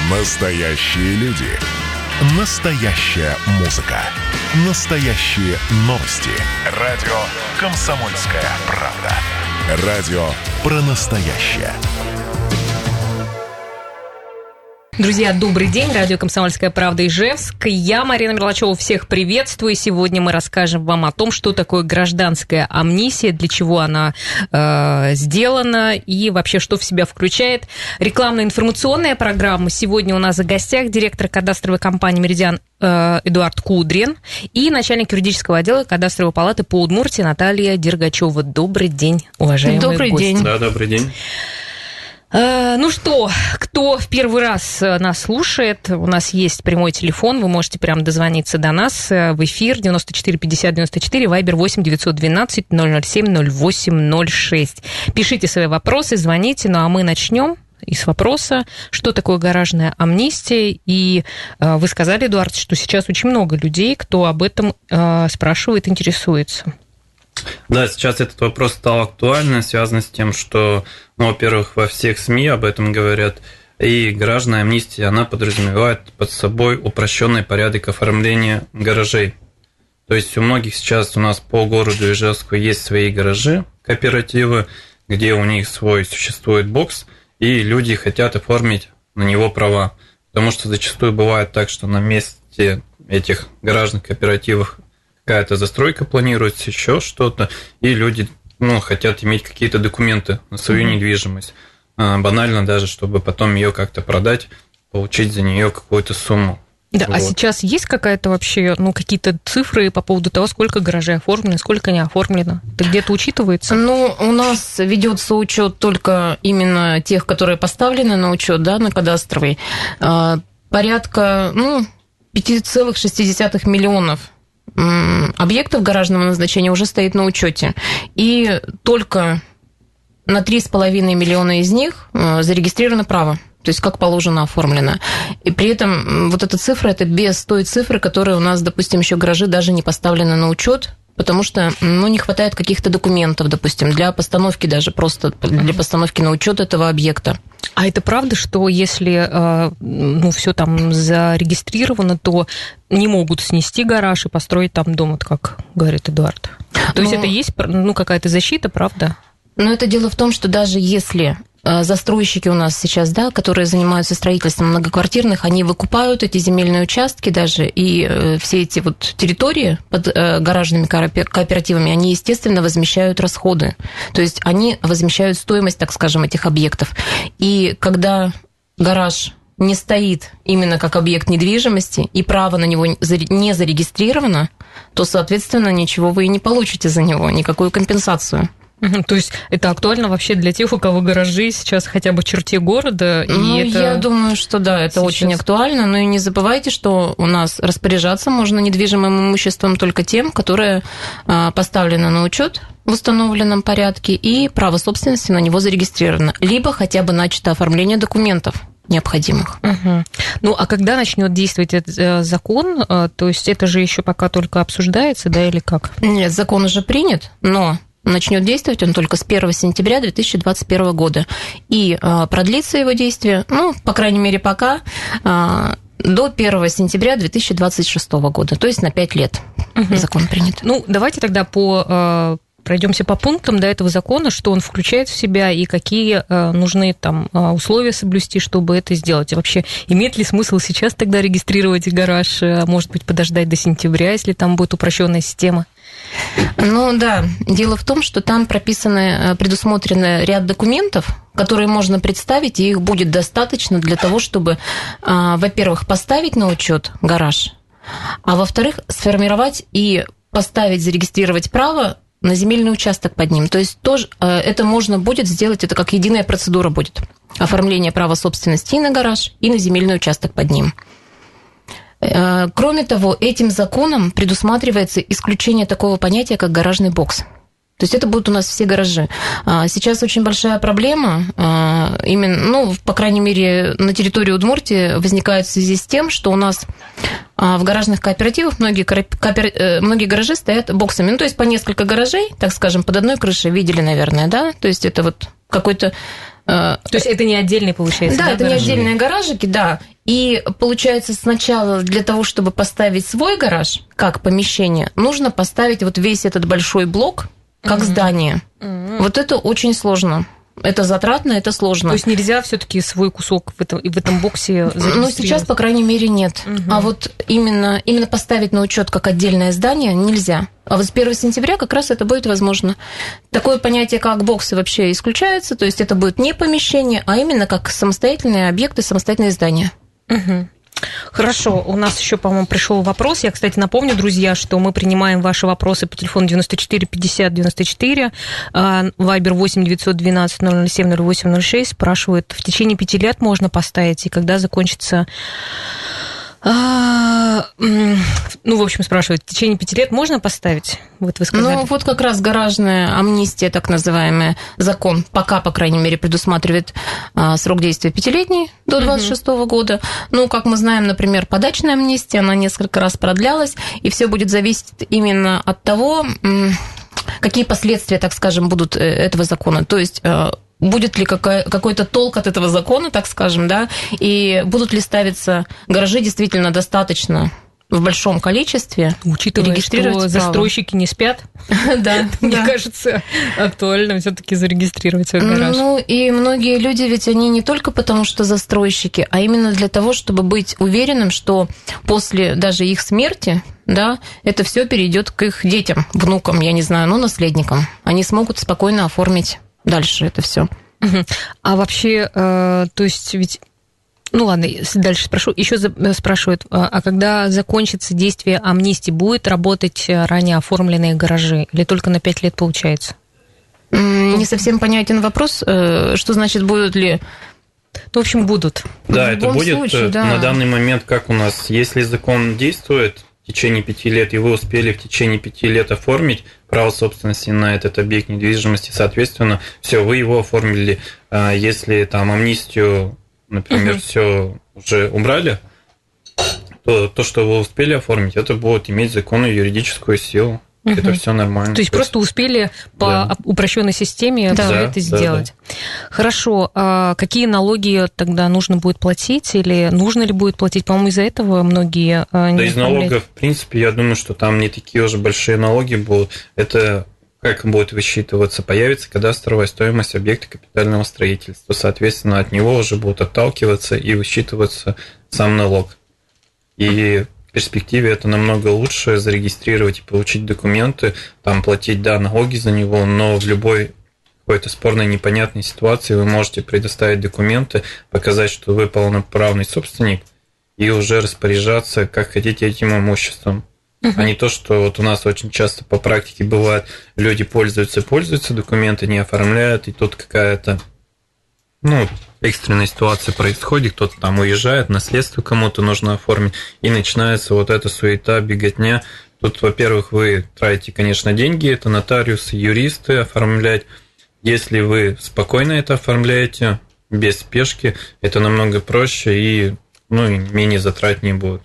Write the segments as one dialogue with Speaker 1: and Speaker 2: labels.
Speaker 1: Настоящие люди. Настоящая музыка. Настоящие новости. Радио «Комсомольская правда». Радио про настоящее.
Speaker 2: Друзья, добрый день. Радио «Комсомольская правда» Ижевск. Я, Марина Мерлачева, всех приветствую. Сегодня мы расскажем вам о том, что такое гражданская амнистия, для чего она сделана и вообще, что в себя включает. Рекламно-информационная программа. Сегодня у нас в гостях директор кадастровой компании «Меридиан» Эдуард Кудрин и начальник юридического отдела кадастровой палаты по Удмуртии Наталья Дергачева. Добрый день, уважаемые гости.
Speaker 3: Добрый день.
Speaker 4: Да, добрый день.
Speaker 2: Ну что, кто в первый раз нас слушает, у нас есть прямой телефон, вы можете прямо дозвониться до нас в эфир 94 50 94, вайбер 8 912 007 08 06. Пишите свои вопросы, звоните, ну а мы начнем с вопроса, что такое гаражная амнистия. И вы сказали, Эдуард, что сейчас очень много людей, кто об этом спрашивает, интересуется.
Speaker 4: Да, сейчас этот вопрос стал актуальным, связан с тем, что, во-первых, во всех СМИ об этом говорят, и гаражная амнистия, она подразумевает под собой упрощенный порядок оформления гаражей. То есть у многих сейчас у нас по городу Ижевску есть свои гаражи, кооперативы, где у них свой существует бокс, и люди хотят оформить на него права. Потому что зачастую бывает так, что на месте этих гаражных кооперативов какая-то застройка планируется, еще что-то, и люди хотят иметь какие-то документы на свою недвижимость. Банально даже, чтобы потом ее как-то продать, получить за нее какую-то сумму.
Speaker 2: Да, вот. А сейчас есть какая-то вообще, какие-то цифры по поводу того, сколько гаражей оформлено, сколько не оформлено? Это где-то учитывается?
Speaker 3: У нас ведется учет только именно тех, которые поставлены на учет, да, на кадастровый. Порядка 5,6 миллионов объектов гаражного назначения уже стоит на учете. И только на 3,5 миллиона из них зарегистрировано право. То есть как положено оформлено. И при этом вот эта цифра, это без той цифры, которая у нас, допустим, еще гаражи даже не поставлены на учет, потому что не хватает каких-то документов, допустим, для постановки даже, просто для постановки на учет этого объекта.
Speaker 2: А это правда, что если все там зарегистрировано, то не могут снести гараж и построить там дом, вот как говорит Эдуард? То есть это есть какая-то защита, правда?
Speaker 3: Но это дело в том, что даже если застройщики у нас сейчас, да, которые занимаются строительством многоквартирных, они выкупают эти земельные участки даже, и все эти вот территории под гаражными кооперативами, они, естественно, возмещают расходы. То есть они возмещают стоимость, так скажем, этих объектов. И когда гараж не стоит именно как объект недвижимости, и право на него не зарегистрировано, то, соответственно, ничего вы и не получите за него, никакую компенсацию.
Speaker 2: То есть это актуально вообще для тех, у кого гаражи сейчас хотя бы в черте города?
Speaker 3: Я думаю, что да, это сейчас очень актуально. Но и не забывайте, что у нас распоряжаться можно недвижимым имуществом только тем, которое поставлено на учет в установленном порядке, и право собственности на него зарегистрировано. Либо хотя бы начато оформление документов необходимых.
Speaker 2: А когда начнет действовать этот закон? То есть это же еще пока только обсуждается, да, или как?
Speaker 3: Нет, закон уже принят, но начнет действовать он только с 1 сентября 2021 года. И продлится его действие, по крайней мере, пока до 1 сентября 2026 года, то есть на 5 лет закон принят.
Speaker 2: Давайте тогда пройдемся по пунктам до этого закона, что он включает в себя и какие нужны там условия соблюсти, чтобы это сделать. И вообще, имеет ли смысл сейчас тогда регистрировать гараж, может быть, подождать до сентября, если там будет упрощенная система?
Speaker 3: Да, дело в том, что там предусмотрен ряд документов, которые можно представить, и их будет достаточно для того, чтобы, во-первых, поставить на учет гараж, а во-вторых, сформировать и поставить, зарегистрировать право на земельный участок под ним. То есть тоже это можно будет сделать, это как единая процедура будет. Оформление права собственности и на гараж, и на земельный участок под ним. Кроме того, этим законом предусматривается исключение такого понятия, как гаражный бокс. То есть это будут у нас все гаражи. Сейчас очень большая проблема, именно, по крайней мере, на территории Удмуртии возникает в связи с тем, что у нас в гаражных кооперативах многие гаражи стоят боксами. То есть по несколько гаражей, так скажем, под одной крышей, видели, наверное, да? То есть это вот какой-то...
Speaker 2: То есть это не отдельный, получается?
Speaker 3: Да, это гаражи? Не отдельные гаражики, да. И получается, сначала для того, чтобы поставить свой гараж как помещение, нужно поставить вот весь этот большой блок как здание. Вот это очень сложно. Это затратно, это сложно.
Speaker 2: То есть нельзя все-таки свой кусок в этом боксе зарегистрировать?
Speaker 3: Ну, сейчас, по крайней мере, нет. А вот именно поставить на учет как отдельное здание нельзя. А вот с 1 сентября как раз это будет возможно. Такое понятие, как боксы, вообще исключается. То есть это будет не помещение, а именно как самостоятельные объекты, самостоятельные здания.
Speaker 2: Хорошо, у нас еще, по-моему, пришел вопрос. Я, кстати, напомню, друзья, что мы принимаем ваши вопросы по телефону 94 50 94, Вайбер 8 912 007 08 06. Спрашивают, в течение 5 лет можно поставить, и когда закончится... в общем, спрашивают, в течение 5 лет можно поставить? Вот вы сказали.
Speaker 3: Ну, вот как раз гаражная амнистия, так называемая, закон пока, по крайней мере, предусматривает срок действия 5-летний до 26 года. Ну, как мы знаем, например, подачная амнистия, она несколько раз продлялась, и все будет зависеть именно от того, какие последствия, так скажем, будут этого закона. То есть... будет ли какой-то толк от этого закона, так скажем, да, и будут ли ставиться гаражи действительно достаточно в большом количестве.
Speaker 2: Учитывая, что застройщики не спят, мне кажется, актуально все-таки зарегистрировать свой гараж.
Speaker 3: Ну, и многие люди, ведь они не только потому, что застройщики, а именно для того, чтобы быть уверенным, что после даже их смерти, да, это все перейдет к их детям, внукам, я не знаю, наследникам. Они смогут спокойно оформить дальше это все.
Speaker 2: А вообще, то есть ведь... Ну ладно, дальше спрошу. Еще спрашивают, а когда закончится действие амнистии, будет работать ранее оформленные гаражи? Или только на 5 лет получается?
Speaker 3: Не совсем понятен вопрос. Что значит, будут ли...
Speaker 2: Ну, в общем, будут.
Speaker 4: Да, это будет случае, на данный момент, как у нас, если закон действует в течение 5 лет, и вы успели в течение 5 лет оформить право собственности на этот объект недвижимости, соответственно, все, вы его оформили. Если там амнистию, например, все уже убрали, то, что вы успели оформить, это будет иметь законную юридическую силу. Это все нормально.
Speaker 2: То есть просто успели по упрощенной системе это сделать. Да. Хорошо. А какие налоги тогда нужно будет платить? Или нужно ли будет платить? По-моему, из-за этого многие не
Speaker 4: из налогов, в принципе, я думаю, что там не такие уже большие налоги будут. Это как будет высчитываться? Появится кадастровая стоимость объекта капитального строительства. Соответственно, от него уже будут отталкиваться и высчитываться сам налог. И в перспективе это намного лучше зарегистрировать и получить документы, там платить, налоги за него, но в любой какой-то спорной, непонятной ситуации вы можете предоставить документы, показать, что вы полноправный собственник, и уже распоряжаться, как хотите, этим имуществом. А не то, что вот у нас очень часто по практике бывает, люди пользуются, документы не оформляют, и тут какая-то экстренная ситуация происходит, кто-то там уезжает, наследство кому-то нужно оформить, и начинается вот эта суета, беготня. Тут, во-первых, вы тратите, конечно, деньги, это нотариусы, юристы оформлять. Если вы спокойно это оформляете, без спешки, это намного проще и менее затратнее будет.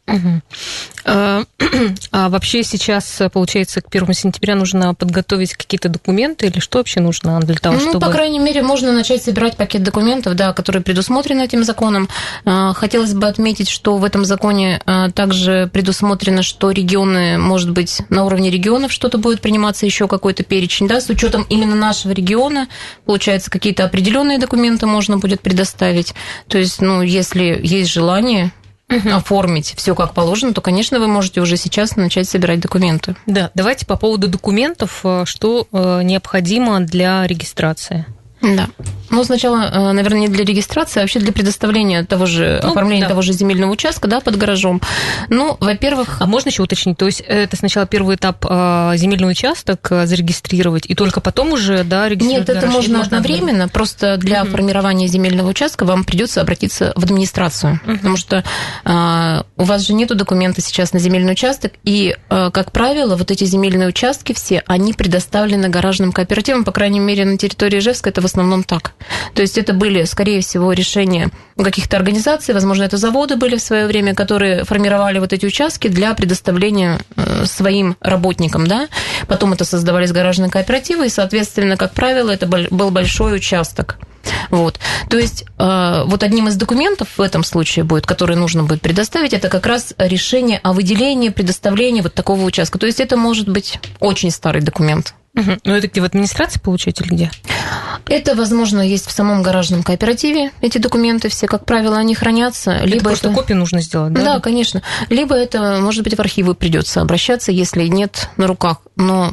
Speaker 2: А вообще сейчас, получается, к 1 сентября нужно подготовить какие-то документы или что вообще нужно для того, чтобы...
Speaker 3: по крайней мере, можно начать собирать пакет документов, которые предусмотрены этим законом. Хотелось бы отметить, что в этом законе также предусмотрено, что регионы, может быть, на уровне регионов что-то будет приниматься, еще какой-то перечень, с учетом именно нашего региона. Получается, какие-то определенные документы можно будет предоставить. То есть, если есть желание... оформить все как положено, то, конечно, вы можете уже сейчас начать собирать документы.
Speaker 2: Да, давайте по поводу документов, что необходимо для регистрации.
Speaker 3: Да. Сначала, наверное, не для регистрации, а вообще для предоставления того же, оформления того же земельного участка, под гаражом. Во-первых...
Speaker 2: А можно еще уточнить? То есть это сначала первый этап земельный участок зарегистрировать, и только потом уже, регистрировать
Speaker 3: Нет, это
Speaker 2: гараж?
Speaker 3: можно одновременно. Просто для формирования земельного участка вам придется обратиться в администрацию, потому что у вас же нету документа сейчас на земельный участок, и, как правило, вот эти земельные участки все, они предоставлены гаражным кооперативам, по крайней мере, на территории Ижевска это в основном так. То есть это были, скорее всего, решения каких-то организаций, возможно, это заводы были в свое время, которые формировали вот эти участки для предоставления своим работникам, да. Потом это создавались гаражные кооперативы, и, соответственно, как правило, это был большой участок. Вот. То есть вот одним из документов в этом случае будет, который нужно будет предоставить, это как раз решение о выделении, предоставлении вот такого участка. То есть это может быть очень старый документ.
Speaker 2: Угу. Ну, это где, в администрации получать или где?
Speaker 3: Это, возможно, есть в самом гаражном кооперативе. Эти документы все, как правило, они хранятся.
Speaker 2: Это просто копию нужно сделать, да?
Speaker 3: Да, конечно. Либо это, может быть, в архивы придется обращаться, если нет на руках. Но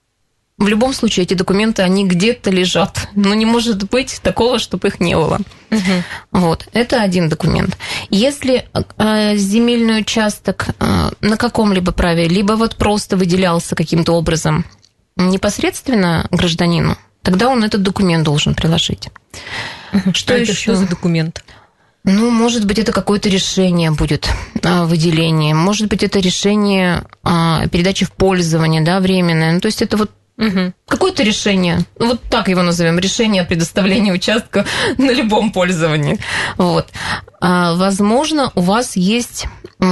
Speaker 3: в любом случае эти документы, они где-то лежат. Но не может быть такого, чтобы их не было. Угу. Вот. Это один документ. Если земельный участок на каком-либо праве, либо вот просто выделялся каким-то образом непосредственно гражданину, тогда он этот документ должен приложить. Что еще?
Speaker 2: Что за документ?
Speaker 3: Ну, может быть, это какое-то решение будет о выделении, может быть, это решение о передаче в пользование, да, временное. Ну, то есть это вот какое-то решение, вот так его назовем, решение о предоставлении участка на любом пользовании. Вот. Возможно, у вас есть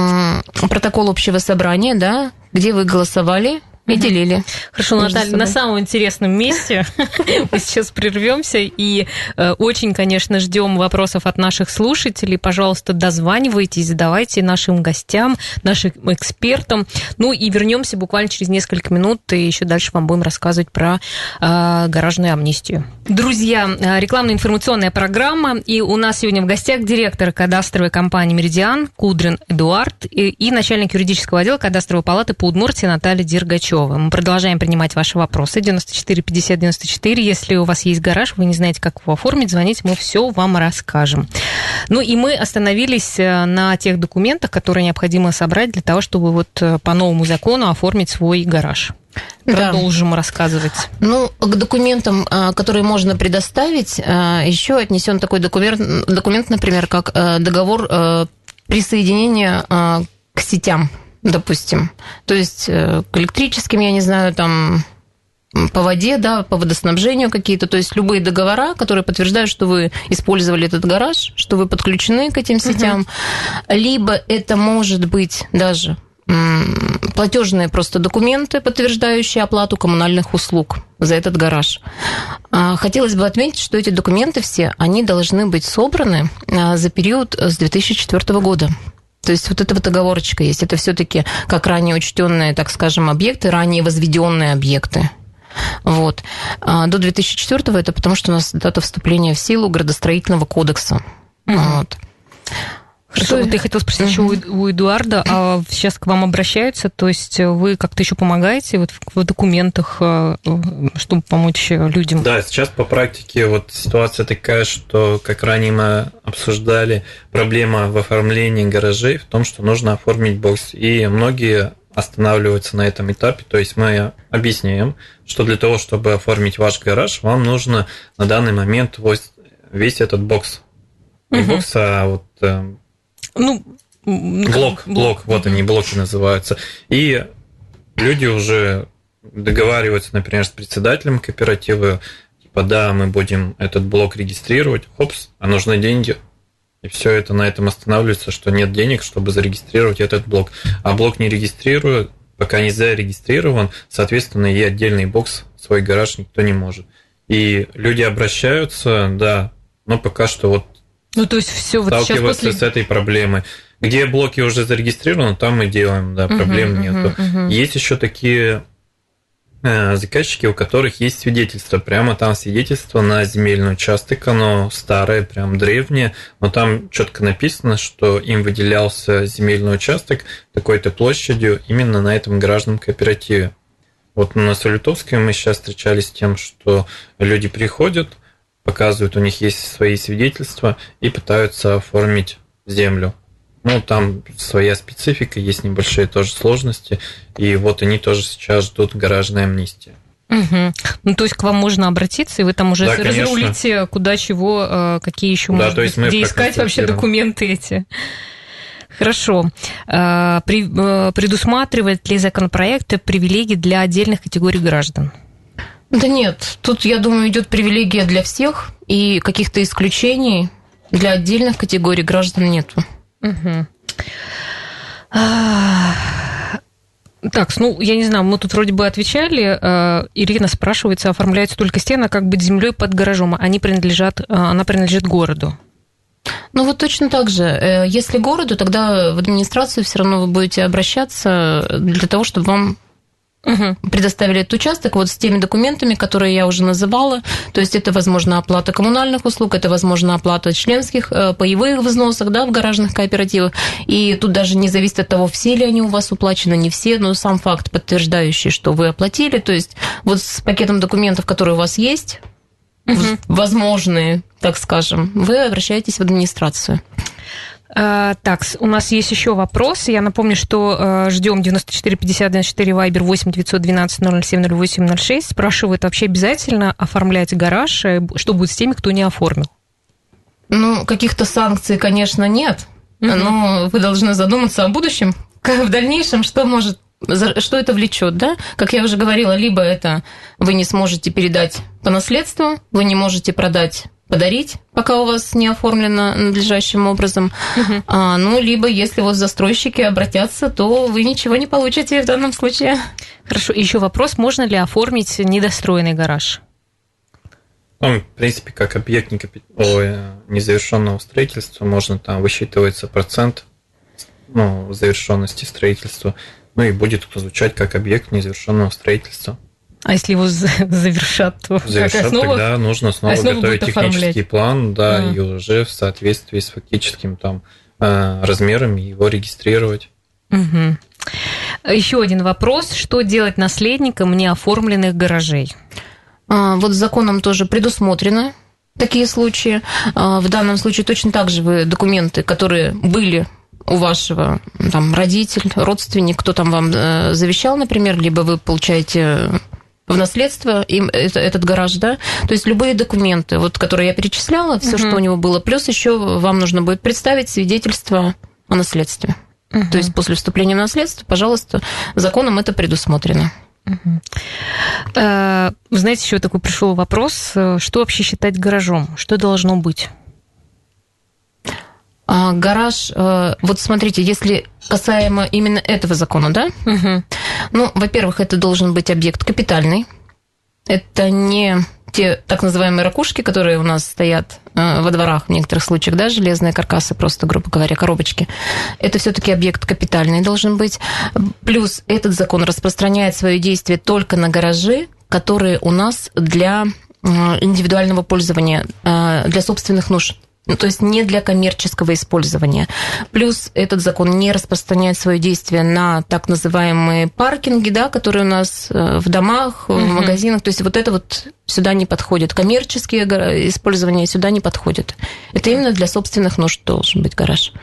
Speaker 3: протокол общего собрания, да, где вы голосовали и делили.
Speaker 2: Хорошо, Наталья, на самом интересном месте мы сейчас прервемся и очень, конечно, ждем вопросов от наших слушателей. Пожалуйста, дозванивайтесь, задавайте нашим гостям, нашим экспертам. Ну и вернемся буквально через несколько минут, и еще дальше вам будем рассказывать про гаражную амнистию. Друзья, рекламно-информационная программа, и у нас сегодня в гостях директор кадастровой компании «Меридиан» Кудрин Эдуард и начальник юридического отдела кадастровой палаты по Удмуртии Наталья Дергачева. Мы продолжаем принимать ваши вопросы. 94 50 94. Если у вас есть гараж, вы не знаете, как его оформить, звоните, мы все вам расскажем. Ну и мы остановились на тех документах, которые необходимо собрать для того, чтобы вот по новому закону оформить свой гараж. Продолжим рассказывать.
Speaker 3: Ну, к документам, которые можно предоставить, еще отнесен такой документ, например, как договор присоединения к сетям, допустим. То есть к электрическим, я не знаю, там по воде, да, по водоснабжению какие-то. То есть любые договора, которые подтверждают, что вы использовали этот гараж, что вы подключены к этим сетям. Либо это может быть даже платежные просто документы, подтверждающие оплату коммунальных услуг за этот гараж. Хотелось бы отметить, что эти документы все, они должны быть собраны за период с 2004 года. То есть вот эта вот оговорочка есть. Это все-таки как ранее учтенные, так скажем, объекты, ранее возведенные объекты. Вот. До 2004 это потому, что у нас дата вступления в силу Градостроительного кодекса. Вот.
Speaker 2: Хорошо, вот я хотела спросить еще у Эдуарда, а сейчас к вам обращаются, то есть вы как-то еще помогаете вот в документах, чтобы помочь людям?
Speaker 4: Да, сейчас по практике вот ситуация такая, что, как ранее мы обсуждали, проблема в оформлении гаражей в том, что нужно оформить бокс, и многие останавливаются на этом этапе, то есть мы объясняем, что для того, чтобы оформить ваш гараж, вам нужно на данный момент весь этот бокс. Не бокс, а вот... Блок, вот они, блоки называются. И люди уже договариваются, например, с председателем кооператива, типа, да, мы будем этот блок регистрировать, хопс, а нужны деньги. И все это на этом останавливается, что нет денег, чтобы зарегистрировать этот блок. А блок не регистрируют, пока не зарегистрирован, соответственно, и отдельный бокс, свой гараж никто не может. И люди обращаются, да, но пока что вот
Speaker 2: ну, то есть все вот
Speaker 4: сталкиваться
Speaker 2: сейчас после...
Speaker 4: с этой проблемой. Где блоки уже зарегистрированы, там мы делаем, да, проблем нету. Есть еще такие заказчики, у которых есть свидетельство. Прямо там свидетельство на земельный участок, оно старое, прям древнее, но там четко написано, что им выделялся земельный участок такой-то площадью именно на этом гаражном кооперативе. Вот на Салютовской мы сейчас встречались с тем, что люди приходят, показывают, у них есть свои свидетельства и пытаются оформить землю. Ну, там своя специфика, есть небольшие тоже сложности, и вот они тоже сейчас ждут гаражной амнистии.
Speaker 2: Ну, то есть к вам можно обратиться, и вы там уже разрулите, куда, чего, какие еще можно, где искать вообще документы эти. Хорошо. Предусматривает ли законопроект привилегии для отдельных категорий граждан?
Speaker 3: Да нет, тут, я думаю, идет привилегия для всех, и каких-то исключений для отдельных категорий граждан нету.
Speaker 2: Угу. Так, ну, я не знаю, мы тут вроде бы отвечали. Ирина спрашивается, оформляются только стены, как быть землей под гаражом? Она принадлежит городу.
Speaker 3: Ну, вот точно так же. Если городу, тогда в администрацию все равно вы будете обращаться для того, чтобы вам предоставили этот участок вот с теми документами, которые я уже называла. То есть это, возможно, оплата коммунальных услуг, это, возможно, оплата членских, паевых взносов, да, в гаражных кооперативах. И тут даже не зависит от того, все ли они у вас уплачены, не все, но сам факт, подтверждающий, что вы оплатили. То есть вот с пакетом документов, которые у вас есть, возможные, так скажем, вы обращаетесь в администрацию.
Speaker 2: Так, у нас есть еще вопрос. Я напомню, что ждем 94 50 94 Вайбер 8 912 007 08 06. Спрашивают, вообще обязательно оформлять гараж? Что будет с теми, кто не оформил?
Speaker 3: Ну, каких-то санкций, конечно, нет. Но вы должны задуматься о будущем. В дальнейшем, что это влечет, да? Как я уже говорила, либо это вы не сможете передать по наследству, вы не можете подарить, пока у вас не оформлено надлежащим образом. Ну, либо если вот застройщики обратятся, то вы ничего не получите в данном случае.
Speaker 2: Хорошо, еще вопрос, можно ли оформить недостроенный гараж?
Speaker 4: Ну, в принципе, как объект незавершенного строительства, можно там высчитывается процент завершенности строительства, ну и будет звучать как объект незавершенного строительства.
Speaker 2: А если его завершат, то
Speaker 4: тогда нужно снова готовить технический план, да, и уже в соответствии с фактическим там размерами его регистрировать.
Speaker 2: Угу. Еще один вопрос. Что делать наследникам неоформленных гаражей?
Speaker 3: Вот законом тоже предусмотрены такие случаи. В данном случае точно так же вы документы, которые были у вашего там родитель, родственник, кто там вам завещал, например, либо вы получаете в наследство им этот гараж, да, то есть любые документы, вот, которые я перечисляла, все, что у него было, плюс еще вам нужно будет представить свидетельство о наследстве. То есть после вступления в наследство, пожалуйста, законом это предусмотрено.
Speaker 2: Вы знаете, еще такой пришел вопрос, что вообще считать гаражом, что должно быть?
Speaker 3: Гараж, вот смотрите, если касаемо именно этого закона, да? Ну, во-первых, это должен быть объект капитальный. Это не те так называемые ракушки, которые у нас стоят во дворах в некоторых случаях, да, железные каркасы, просто, грубо говоря, коробочки. Это все-таки объект капитальный должен быть. Плюс этот закон распространяет свое действие только на гаражи, которые у нас для индивидуального пользования, для собственных нужд. То есть не для коммерческого использования. Плюс этот закон не распространяет свое действие на так называемые паркинги, да, которые у нас в домах, в магазинах. То есть вот это вот сюда не подходит. Коммерческие использования сюда не подходят. Это именно для собственных нужд должен быть гараж.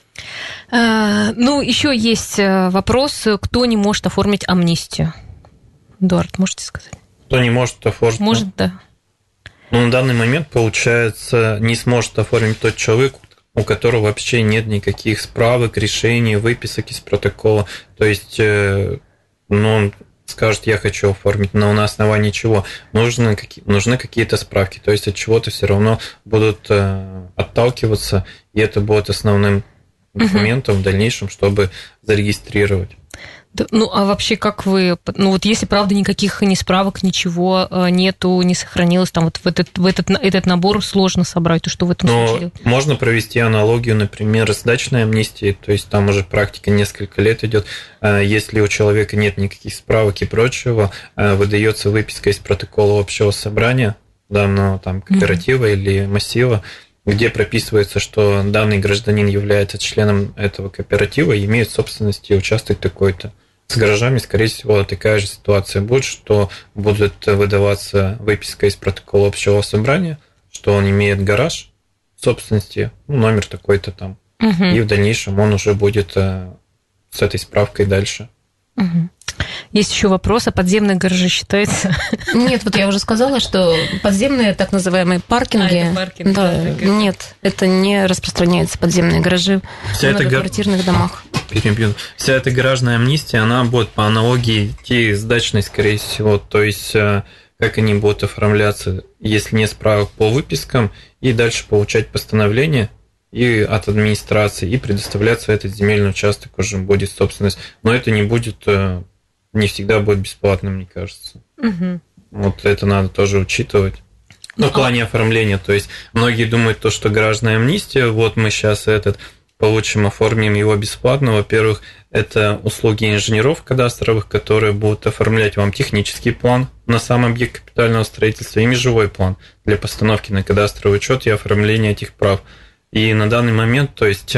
Speaker 2: Ну, еще есть вопрос, кто не может оформить амнистию? Эдуард, можете сказать?
Speaker 4: Кто не может оформить?
Speaker 2: Может, да.
Speaker 4: Но на данный момент, получается, не сможет оформить тот человек, у которого вообще нет никаких справок, решений, выписок из протокола. То есть, он скажет, я хочу оформить, но на основании чего? Нужны какие-то справки. То есть, от чего-то все равно будут отталкиваться, и это будет основным документом в дальнейшем, чтобы зарегистрировать.
Speaker 2: Ну, а вообще, как вы... Ну, вот если, правда, никаких ни справок, ничего нету, не сохранилось, там вот этот набор сложно собрать, то что в этом случае?
Speaker 4: Можно провести аналогию, например, с дачной амнистией, то есть там уже практика несколько лет идет. Если у человека нет никаких справок и прочего, выдается выписка из протокола общего собрания данного там кооператива или массива, где прописывается, что данный гражданин является членом этого кооператива и имеет в собственности участок такой-то. С гаражами, скорее всего, такая же ситуация будет, что будет выдаваться выписка из протокола общего собрания, что он имеет гараж в собственности, номер такой-то там, и в дальнейшем он уже будет с этой справкой дальше.
Speaker 2: Есть еще вопрос, а подземные гаражи считаются?
Speaker 3: Нет, вот я уже сказала, что подземные так называемые паркинги, нет, это не распространяется, подземные гаражи в многоквартирных домах.
Speaker 4: Перебью. Вся эта гаражная амнистия, она будет по аналогии идти с дачной, скорее всего, то есть как они будут оформляться, если нет справок по выпискам, и дальше получать постановление и от администрации, и предоставляться этот земельный участок уже будет собственность. Но это не будет, не всегда будет бесплатно, мне кажется. Угу. Вот это надо тоже учитывать. Ну, в плане оформления, то есть многие думают, что гражданская амнистия, вот мы сейчас получим, оформим его бесплатно. Во-первых, это услуги инженеров кадастровых, которые будут оформлять вам технический план на сам объект капитального строительства и межевой план для постановки на кадастровый учет и оформления этих прав. И на данный момент, то есть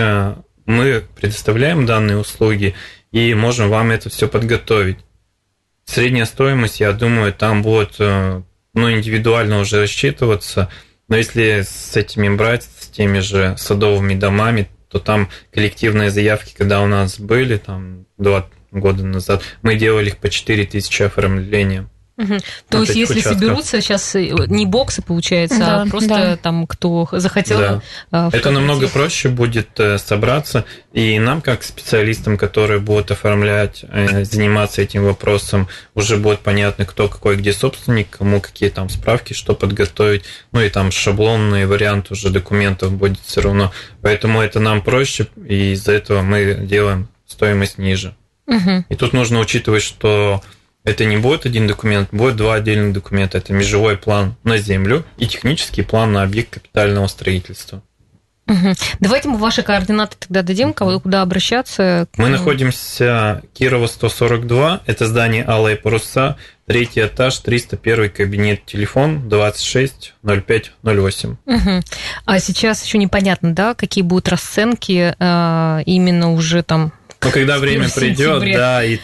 Speaker 4: мы предоставляем данные услуги и можем вам это все подготовить. Средняя стоимость, я думаю, там будет индивидуально уже рассчитываться, но если с этими брать, с теми же садовыми домами, то там коллективные заявки, когда у нас были, там 2 года назад, мы делали их по 4000 оформления.
Speaker 2: Угу. То есть, если соберутся сейчас не боксы, получается, а просто там кто захотел.
Speaker 4: Да. Это намного проще будет собраться, и нам, как специалистам, которые будут оформлять, заниматься этим вопросом, уже будет понятно, кто какой где собственник, кому какие там справки, что подготовить, ну и там шаблонный вариант уже документов будет все равно. Поэтому это нам проще, и из-за этого мы делаем стоимость ниже. Угу. И тут нужно учитывать, что это не будет один документ, будет 2 отдельных документа. Это межевой план на землю и технический план на объект капитального строительства.
Speaker 2: Угу. Давайте мы ваши координаты тогда дадим, куда обращаться.
Speaker 4: Мы находимся Кирова 142, это здание Алые паруса, 3-й этаж, 301 кабинет, телефон 26 05 08.
Speaker 2: Угу. А сейчас еще непонятно, да, какие будут расценки именно уже там.
Speaker 4: Ну, когда время придет, да, и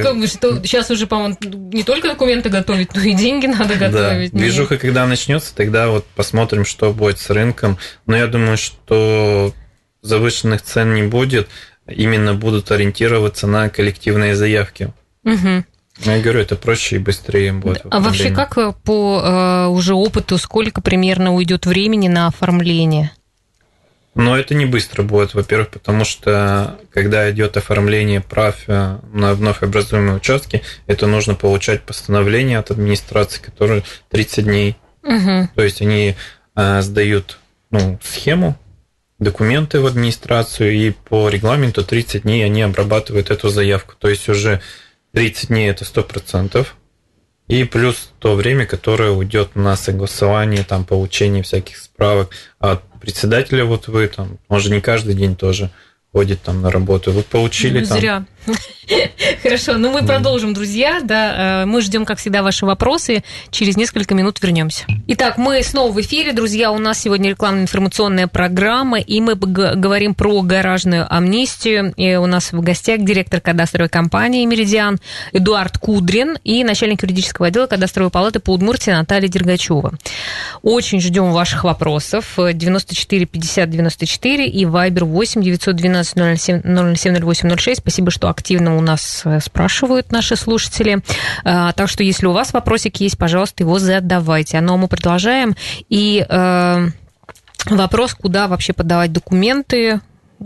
Speaker 2: сейчас уже, по-моему, не только документы готовить, но и деньги надо готовить.
Speaker 4: Да. Движуха, когда начнется, тогда вот посмотрим, что будет с рынком. Но я думаю, что завышенных цен не будет, именно будут ориентироваться на коллективные заявки. Угу. Я говорю, это проще и быстрее будет.
Speaker 2: А вообще, как по уже опыту, сколько примерно уйдет времени на оформление?
Speaker 4: Но это не быстро будет, во-первых, потому что когда идет оформление прав на вновь образуемые участки, это нужно получать постановление от администрации, которое 30 дней. Угу. То есть они сдают схему, документы в администрацию, и по регламенту 30 дней они обрабатывают эту заявку. То есть уже 30 дней это 100%. И плюс то время, которое уйдет на согласование, там, получение всяких справок от председателя, вот вы там, может, не каждый день тоже ходит там на работу. Вы получили там...
Speaker 2: Зря. Хорошо, мы продолжим, друзья. Да, мы ждем, как всегда, ваши вопросы. Через несколько минут вернемся. Итак, мы снова в эфире, друзья. У нас сегодня рекламно-информационная программа, и мы говорим про гаражную амнистию. И у нас в гостях директор кадастровой компании «Меридиан» Эдуард Кудрин и начальник юридического отдела кадастровой палаты по Удмуртии Наталья Дергачева. Очень ждем ваших вопросов. 94 50 94 и Вайбер 8 912 07 08 06. Спасибо, что активно у нас спрашивают наши слушатели. Так что, если у вас вопросик есть, пожалуйста, его задавайте. Ну, а мы продолжаем. И вопрос, куда вообще подавать документы,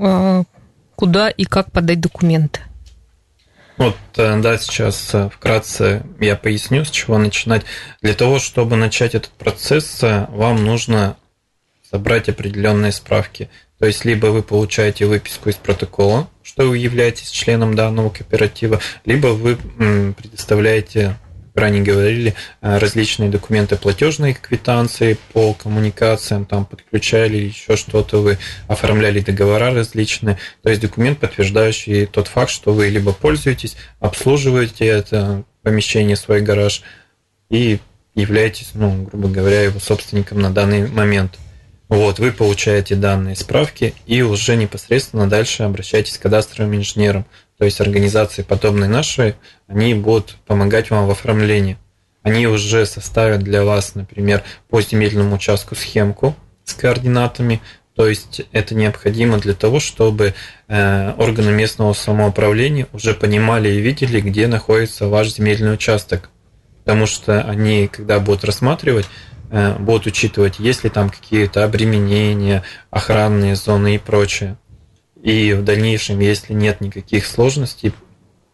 Speaker 2: куда и как подать документы.
Speaker 4: Вот, да, сейчас вкратце я поясню, с чего начинать. Для того, чтобы начать этот процесс, вам нужно собрать определенные справки. То есть, либо вы получаете выписку из протокола, что вы являетесь членом данного кооператива, либо вы предоставляете, как ранее говорили, различные документы, платежные квитанции по коммуникациям, там подключали еще что-то, вы оформляли договора различные. То есть, документ, подтверждающий тот факт, что вы либо пользуетесь, обслуживаете это помещение, свой гараж, и являетесь, грубо говоря, его собственником на данный момент. Вот, вы получаете данные справки и уже непосредственно дальше обращаетесь к кадастровым инженерам. То есть организации, подобные нашей, они будут помогать вам в оформлении. Они уже составят для вас, например, по земельному участку схемку с координатами. То есть это необходимо для того, чтобы органы местного самоуправления уже понимали и видели, где находится ваш земельный участок. Потому что они, когда будут рассматривать, будут учитывать, есть ли там какие-то обременения, охранные зоны и прочее. И в дальнейшем, если нет никаких сложностей,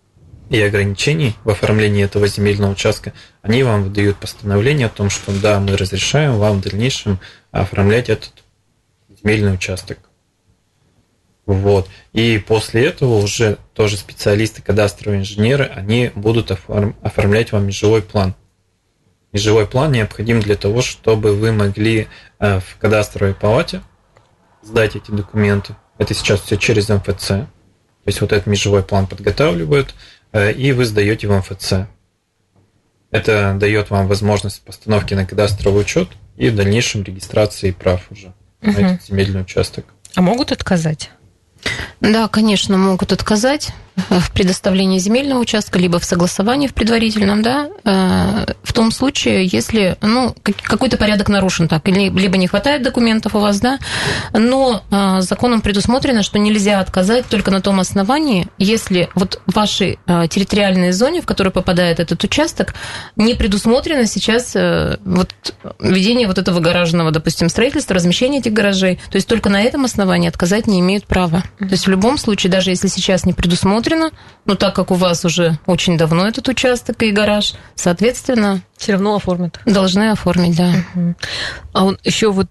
Speaker 4: и ограничений в оформлении этого земельного участка, они вам выдают постановление о том, что да, мы разрешаем вам в дальнейшем оформлять этот земельный участок. Вот. И после этого уже тоже специалисты, кадастровые инженеры, они будут оформлять вам межевой план. Межевой план необходим для того, чтобы вы могли в кадастровой палате сдать эти документы. Это сейчас все через МФЦ. То есть вот этот межевой план подготавливают, и вы сдаете в МФЦ. Это дает вам возможность постановки на кадастровый учет и в дальнейшем регистрации прав уже на этот земельный участок.
Speaker 2: А могут отказать?
Speaker 3: Да, конечно, могут отказать в предоставлении земельного участка, либо в согласовании в предварительном, да, в том случае, если, какой-то порядок нарушен, так, либо не хватает документов у вас, да, но законом предусмотрено, что нельзя отказать только на том основании, если вот в вашей территориальной зоне, в которую попадает этот участок, не предусмотрено сейчас вот введение вот этого гаражного, допустим, строительства, размещение этих гаражей, то есть только на этом основании отказать не имеют права. То есть в любом случае, даже если сейчас не предусмотрено, но так как у вас уже очень давно этот участок и гараж, соответственно...
Speaker 2: Все равно оформят.
Speaker 3: Должны оформить, да.
Speaker 2: А еще вот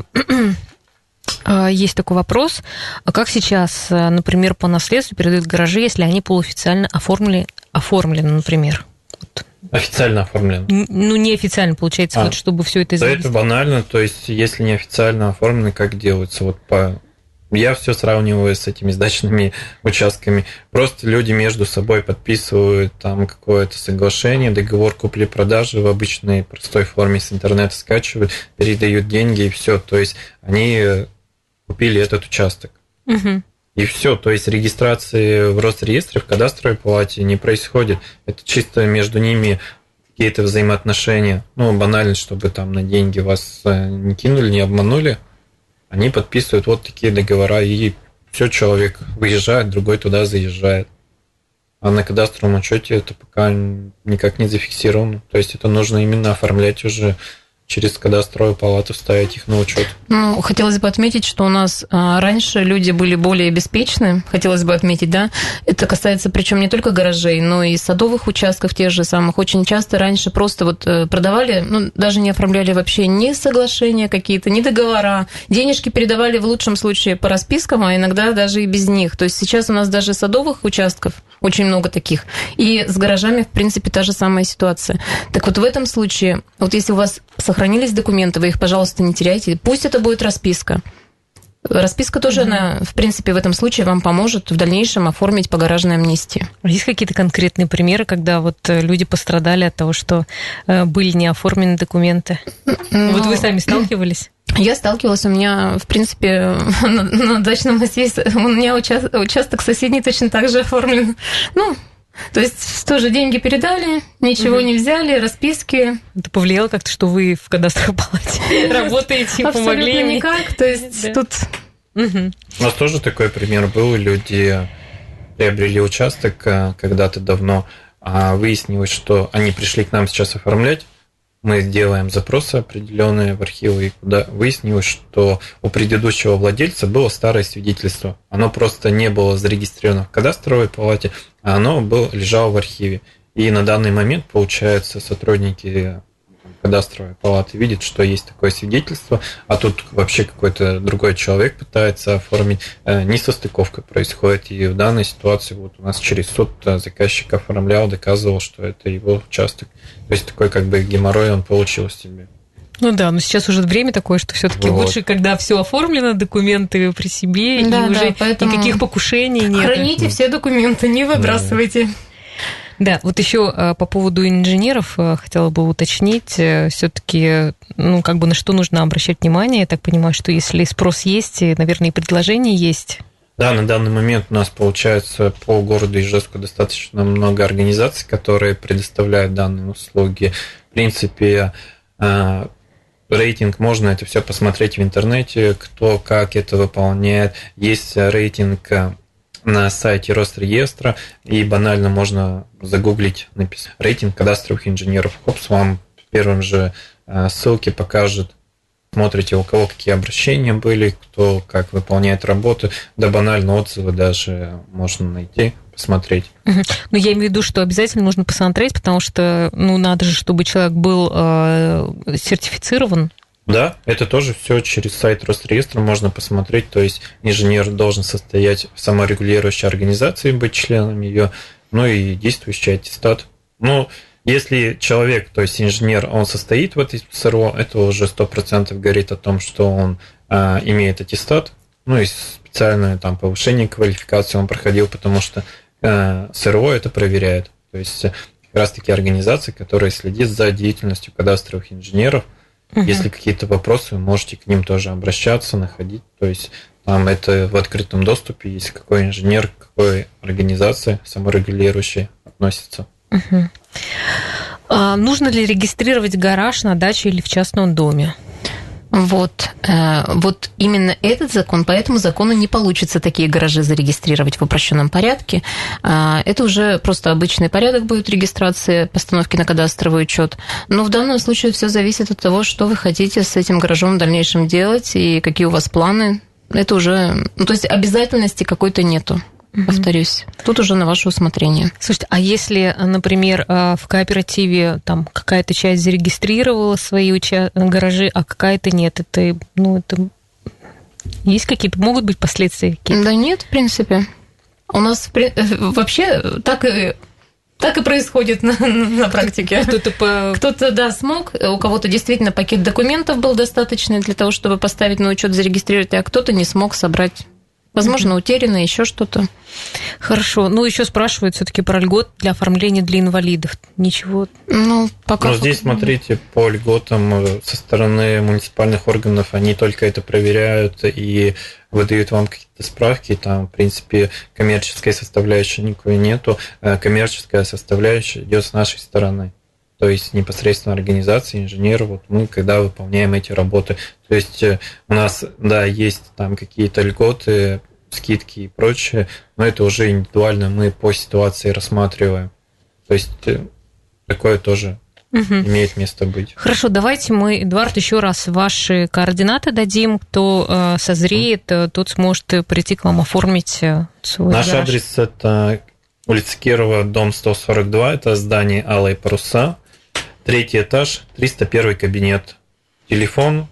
Speaker 2: есть такой вопрос. Как сейчас, например, по наследству передают гаражи, если они полуофициально оформлены, например?
Speaker 4: Официально оформлено.
Speaker 2: Неофициально, получается, вот, чтобы все это
Speaker 4: изменить. Да, это банально. То есть, если неофициально оформлены, как делается? Вот я все сравниваю с этими сдачными участками. Просто люди между собой подписывают там какое-то соглашение, договор купли-продажи в обычной простой форме с интернета скачивают, передают деньги и все. То есть они купили этот участок. Угу. И все. То есть регистрации в Росреестре, в кадастровой палате не происходит. Это чисто между ними какие-то взаимоотношения. Банально, чтобы там на деньги вас не кинули, не обманули. Они подписывают вот такие договора, и все, человек выезжает, другой туда заезжает. А на кадастровом учете это пока никак не зафиксировано. То есть это нужно именно оформлять уже через кадастровую палату, ставить их на учет.
Speaker 3: Хотелось бы отметить, что у нас раньше люди были более беспечны, хотелось бы отметить, да. Это касается, причем не только гаражей, но и садовых участков тех же самых. Очень часто раньше просто вот продавали, даже не оформляли вообще ни соглашения какие-то, ни договора. Денежки передавали в лучшем случае по распискам, а иногда даже и без них. То есть сейчас у нас даже садовых участков очень много таких. И с гаражами, в принципе, та же самая ситуация. Так вот, в этом случае, вот если у вас сохранились документы, вы их, пожалуйста, не теряйте. Пусть это будет расписка. Расписка тоже, она, в принципе, в этом случае вам поможет в дальнейшем оформить по гаражной амнистии.
Speaker 2: Есть какие-то конкретные примеры, когда вот люди пострадали от того, что были не оформлены документы? Вот вы сами сталкивались?
Speaker 3: Я сталкивалась, у меня, в принципе, на дачном массиве, у меня участок соседний точно так же оформлен. То есть тоже деньги передали, ничего не взяли, расписки.
Speaker 2: Это повлияло как-то, что вы в кадастровой палате работаете, помогли?
Speaker 3: Абсолютно никак, то есть тут...
Speaker 4: У нас тоже такой пример был, люди приобрели участок когда-то давно, а выяснилось, что они пришли к нам сейчас оформлять. Мы делаем запросы определенные в архивы, и куда выяснилось, что у предыдущего владельца было старое свидетельство. Оно просто не было зарегистрировано в кадастровой палате, а оно лежало в архиве. И на данный момент, получается, сотрудники кадастровой палаты видят, что есть такое свидетельство, а тут вообще какой-то другой человек пытается оформить. Несостыковка происходит, и в данной ситуации вот у нас через суд заказчик оформлял, доказывал, что это его участок. То есть такой как бы геморрой он получил себе.
Speaker 2: Но сейчас уже время такое, что все-таки лучше, когда все оформлено, документы при себе, и уже никаких покушений нет.
Speaker 3: Храните все документы, не выбрасывайте.
Speaker 2: Да, вот еще по поводу инженеров хотела бы уточнить, все-таки, на что нужно обращать внимание. Я так понимаю, что если спрос есть, наверное, и предложение есть.
Speaker 4: Да, на данный момент у нас, получается, по городу Ижевску достаточно много организаций, которые предоставляют данные услуги. В принципе, рейтинг, можно это все посмотреть в интернете, кто как это выполняет. Есть рейтинг на сайте Росреестра, и банально можно загуглить, написать рейтинг кадастровых инженеров. Хопс, вам в первом же ссылке покажет. Смотрите, у кого какие обращения были, кто как выполняет работу. Да банально отзывы даже можно найти, посмотреть.
Speaker 2: Но я имею в виду, что обязательно нужно посмотреть, потому что, надо же, чтобы человек был сертифицирован.
Speaker 4: Да, это тоже все через сайт Росреестра можно посмотреть. То есть инженер должен состоять в саморегулирующей организации, быть членом ее, и действующий аттестат. Если человек, то есть инженер, он состоит в этой СРО, это уже 100% говорит о том, что он имеет аттестат, и специальное там повышение квалификации он проходил, потому что СРО это проверяет. То есть как раз-таки организация, которая следит за деятельностью кадастровых инженеров. Если какие-то вопросы, вы можете к ним тоже обращаться, находить. То есть там это в открытом доступе, если какой инженер, к какой организации саморегулирующей относится.
Speaker 2: Нужно ли регистрировать гараж на даче или в частном доме?
Speaker 3: Вот именно этот закон, по этому закону не получится такие гаражи зарегистрировать в упрощенном порядке. Это уже просто обычный порядок будет регистрации, постановки на кадастровый учет. Но в данном случае все зависит от того, что вы хотите с этим гаражом в дальнейшем делать и какие у вас планы. Это уже, то есть обязательности какой-то нету. Повторюсь, тут уже на ваше усмотрение.
Speaker 2: Слушайте, а если, например, в кооперативе там какая-то часть зарегистрировала свои гаражи, а какая-то нет, это есть какие-то, могут быть последствия какие-то?
Speaker 3: Да нет, в принципе. У нас вообще так и происходит на практике. Кто-то, смог, у кого-то действительно пакет документов был достаточный для того, чтобы поставить на учет, зарегистрировать, а кто-то не смог собрать. Возможно, утеряно, еще что-то.
Speaker 2: Хорошо. Еще спрашивают все-таки про льгот для оформления для инвалидов. Ничего.
Speaker 3: Пока.
Speaker 4: Здесь, смотрите, по льготам со стороны муниципальных органов, они только это проверяют и выдают вам какие-то справки. Там, в принципе, коммерческой составляющей никакой нету. Коммерческая составляющая идет с нашей стороны. То есть непосредственно организация, инженеры, мы когда выполняем эти работы. То есть у нас, есть там какие-то льготы, скидки и прочее, но это уже индивидуально мы по ситуации рассматриваем. То есть такое тоже имеет место быть.
Speaker 2: Хорошо, давайте мы, Эдуард, еще раз ваши координаты дадим. Кто созреет, тот сможет прийти к вам оформить свой гараж.
Speaker 4: Наш адрес – это улица Кирова, дом 142, это здание «Алые паруса». 3-й этаж, 301 кабинет. Телефон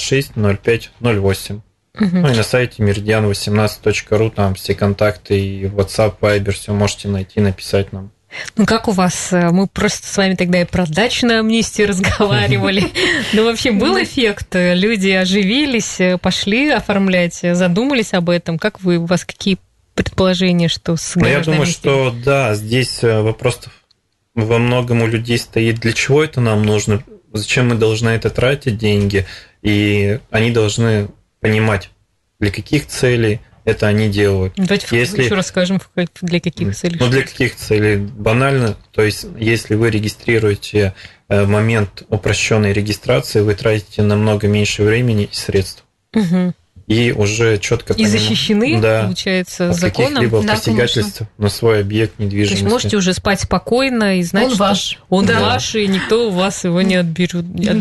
Speaker 4: 260508. И на сайте meridian18.ru там все контакты и WhatsApp, Viber, все можете найти, написать нам.
Speaker 2: Как у вас? Мы просто с вами тогда и про дачную амнистию разговаривали. Вообще был эффект? Люди оживились, пошли оформлять, задумались об этом. Как вы, у вас какие предположения, что с гаражной
Speaker 4: амнистией? Я думаю, что здесь вопрос во многом у людей стоит, для чего это нам нужно, зачем мы должны это тратить деньги, и они должны понимать, для каких целей это они делают.
Speaker 2: Давайте еще расскажем, для каких целей.
Speaker 4: Для каких целей? Банально, то есть если вы регистрируете в момент упрощенной регистрации, вы тратите намного меньше времени и средств. И уже четко
Speaker 2: понимаете. И защищены, получается,
Speaker 4: от
Speaker 2: законом.
Speaker 4: Каких-либо посягательств на свой объект недвижимости.
Speaker 2: То есть можете уже спать спокойно и знать, он ваш, и никто у вас его не отберет.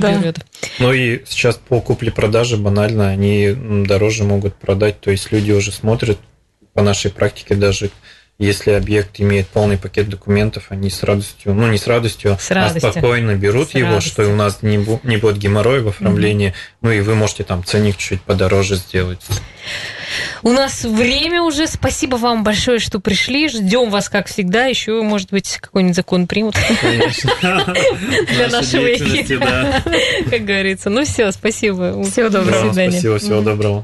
Speaker 4: И сейчас по купле-продаже банально они дороже могут продать. То есть люди уже смотрят по нашей практике, даже если объект имеет полный пакет документов, они с радостью, не с радостью, а спокойно берут его, что у нас не будет геморроя в оформлении, и вы можете там ценник чуть подороже сделать.
Speaker 2: У нас время уже. Спасибо вам большое, что пришли. Ждем вас, как всегда. Еще, может быть, какой-нибудь закон примут.
Speaker 4: Конечно.
Speaker 2: Для нашего эфира. Как говорится. Все, спасибо. Всего доброго.
Speaker 4: Спасибо, всего доброго.